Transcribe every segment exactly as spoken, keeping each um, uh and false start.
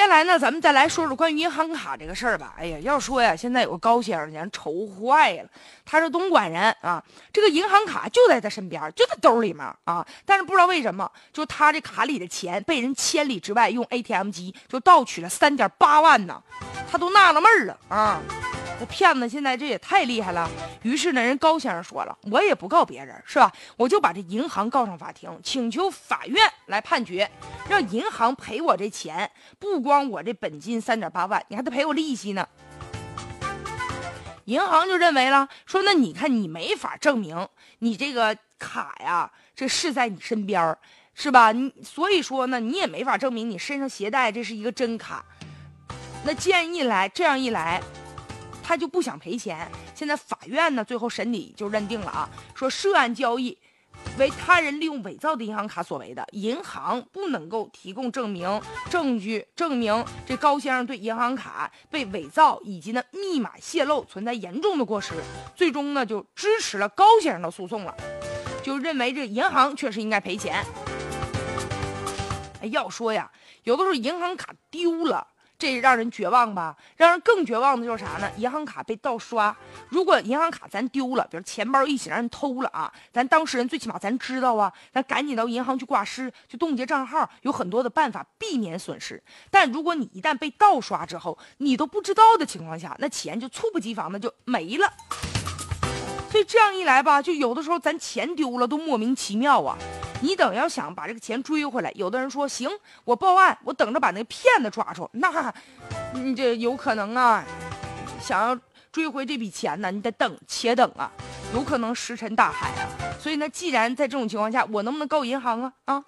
下来呢，咱们再来说说关于银行卡这个事儿吧。哎呀，要说呀，现在有个高先生，简直愁坏了。他是东莞人啊，这个银行卡就在他身边，就在兜里面啊。但是不知道为什么，就他这卡里的钱被人千里之外用 A T M 机就盗取了三点八万呢，他都纳了闷儿了啊。这骗子现在这也太厉害了。于是呢，人高先生说了，我也不告别人，是吧？我就把这银行告上法庭，请求法院来判决，让银行赔我这钱，不光我这本金三点八万，你还得赔我利息呢。银行就认为了，说那你看你没法证明你这个卡呀，这是在你身边，是吧？你所以说呢，你也没法证明你身上携带这是一个真卡。那既然一来这样一来，他就不想赔钱。现在法院呢，最后审理就认定了啊，说涉案交易为他人利用伪造的银行卡所为的，银行不能够提供证明证据证明这高先生对银行卡被伪造以及呢密码泄露存在严重的过失，最终呢就支持了高先生的诉讼了，就认为这银行确实应该赔钱。哎，要说呀，有的时候银行卡丢了，这让人绝望吧？让人更绝望的就是啥呢？银行卡被盗刷。如果银行卡咱丢了，比如钱包一起让人偷了啊，咱当事人最起码咱知道啊，咱赶紧到银行去挂失，去冻结账号，有很多的办法避免损失。但如果你一旦被盗刷之后，你都不知道的情况下，那钱就猝不及防的就没了。所以这样一来吧，就有的时候咱钱丢了都莫名其妙啊。你等要想把这个钱追回来，有的人说行，我报案，我等着把那个骗子抓住。那你这有可能啊，想要追回这笔钱呢，你得等且等啊，有可能石沉大海啊。所以呢，既然在这种情况下，我能不能告银行啊？啊，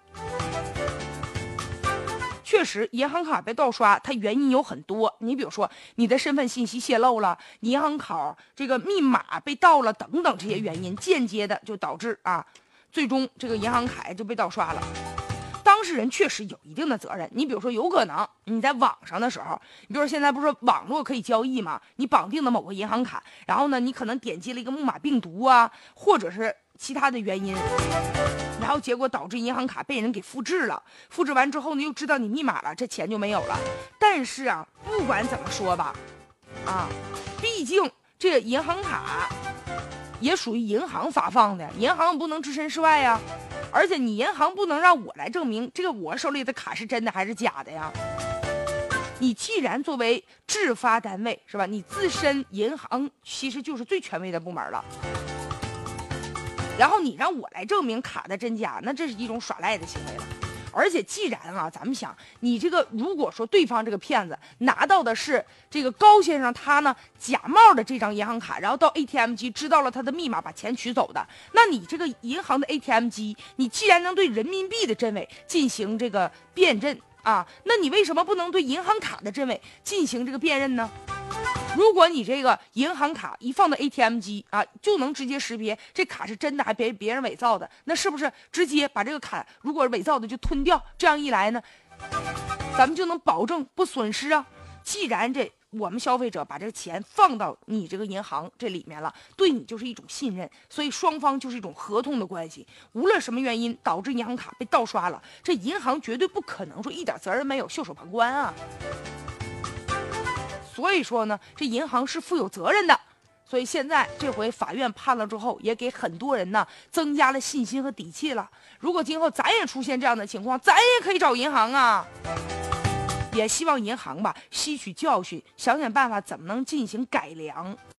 确实，银行卡被盗刷，它原因有很多。你比如说，你的身份信息泄露了，银行卡这个密码被盗了，等等这些原因，间接的就导致啊。最终这个银行卡就被盗刷了，当事人确实有一定的责任。你比如说，有可能你在网上的时候，你比如说现在不是说网络可以交易吗？你绑定了某个银行卡，然后呢，你可能点击了一个木马病毒啊，或者是其他的原因，然后结果导致银行卡被人给复制了。复制完之后呢，又知道你密码了，这钱就没有了。但是啊，不管怎么说吧，啊，毕竟这个银行卡也属于银行发放的，银行不能置身事外呀。而且你银行不能让我来证明这个我手里的卡是真的还是假的呀。你既然作为制发单位，是吧？你自身银行其实就是最权威的部门了。然后你让我来证明卡的真假，那这是一种耍赖的行为了。而且既然啊，咱们想，你这个如果说对方这个骗子拿到的是这个高先生他呢假冒的这张银行卡，然后到 A T M 机知道了他的密码把钱取走的，那你这个银行的 A T M 机，你既然能对人民币的真伪进行这个辨认啊，那你为什么不能对银行卡的真伪进行这个辨认呢？如果你这个银行卡一放到 A T M 机啊，就能直接识别这卡是真的还别别人伪造的，那是不是直接把这个卡如果伪造的就吞掉？这样一来呢，咱们就能保证不损失啊。既然这我们消费者把这个钱放到你这个银行这里面了，对你就是一种信任，所以双方就是一种合同的关系。无论什么原因导致银行卡被盗刷了，这银行绝对不可能说一点责任没有，袖手旁观啊。所以说呢，这银行是负有责任的。所以现在这回法院判了之后，也给很多人呢增加了信心和底气了。如果今后咱也出现这样的情况，咱也可以找银行啊。也希望银行吧吸取教训，想想办法怎么能进行改良。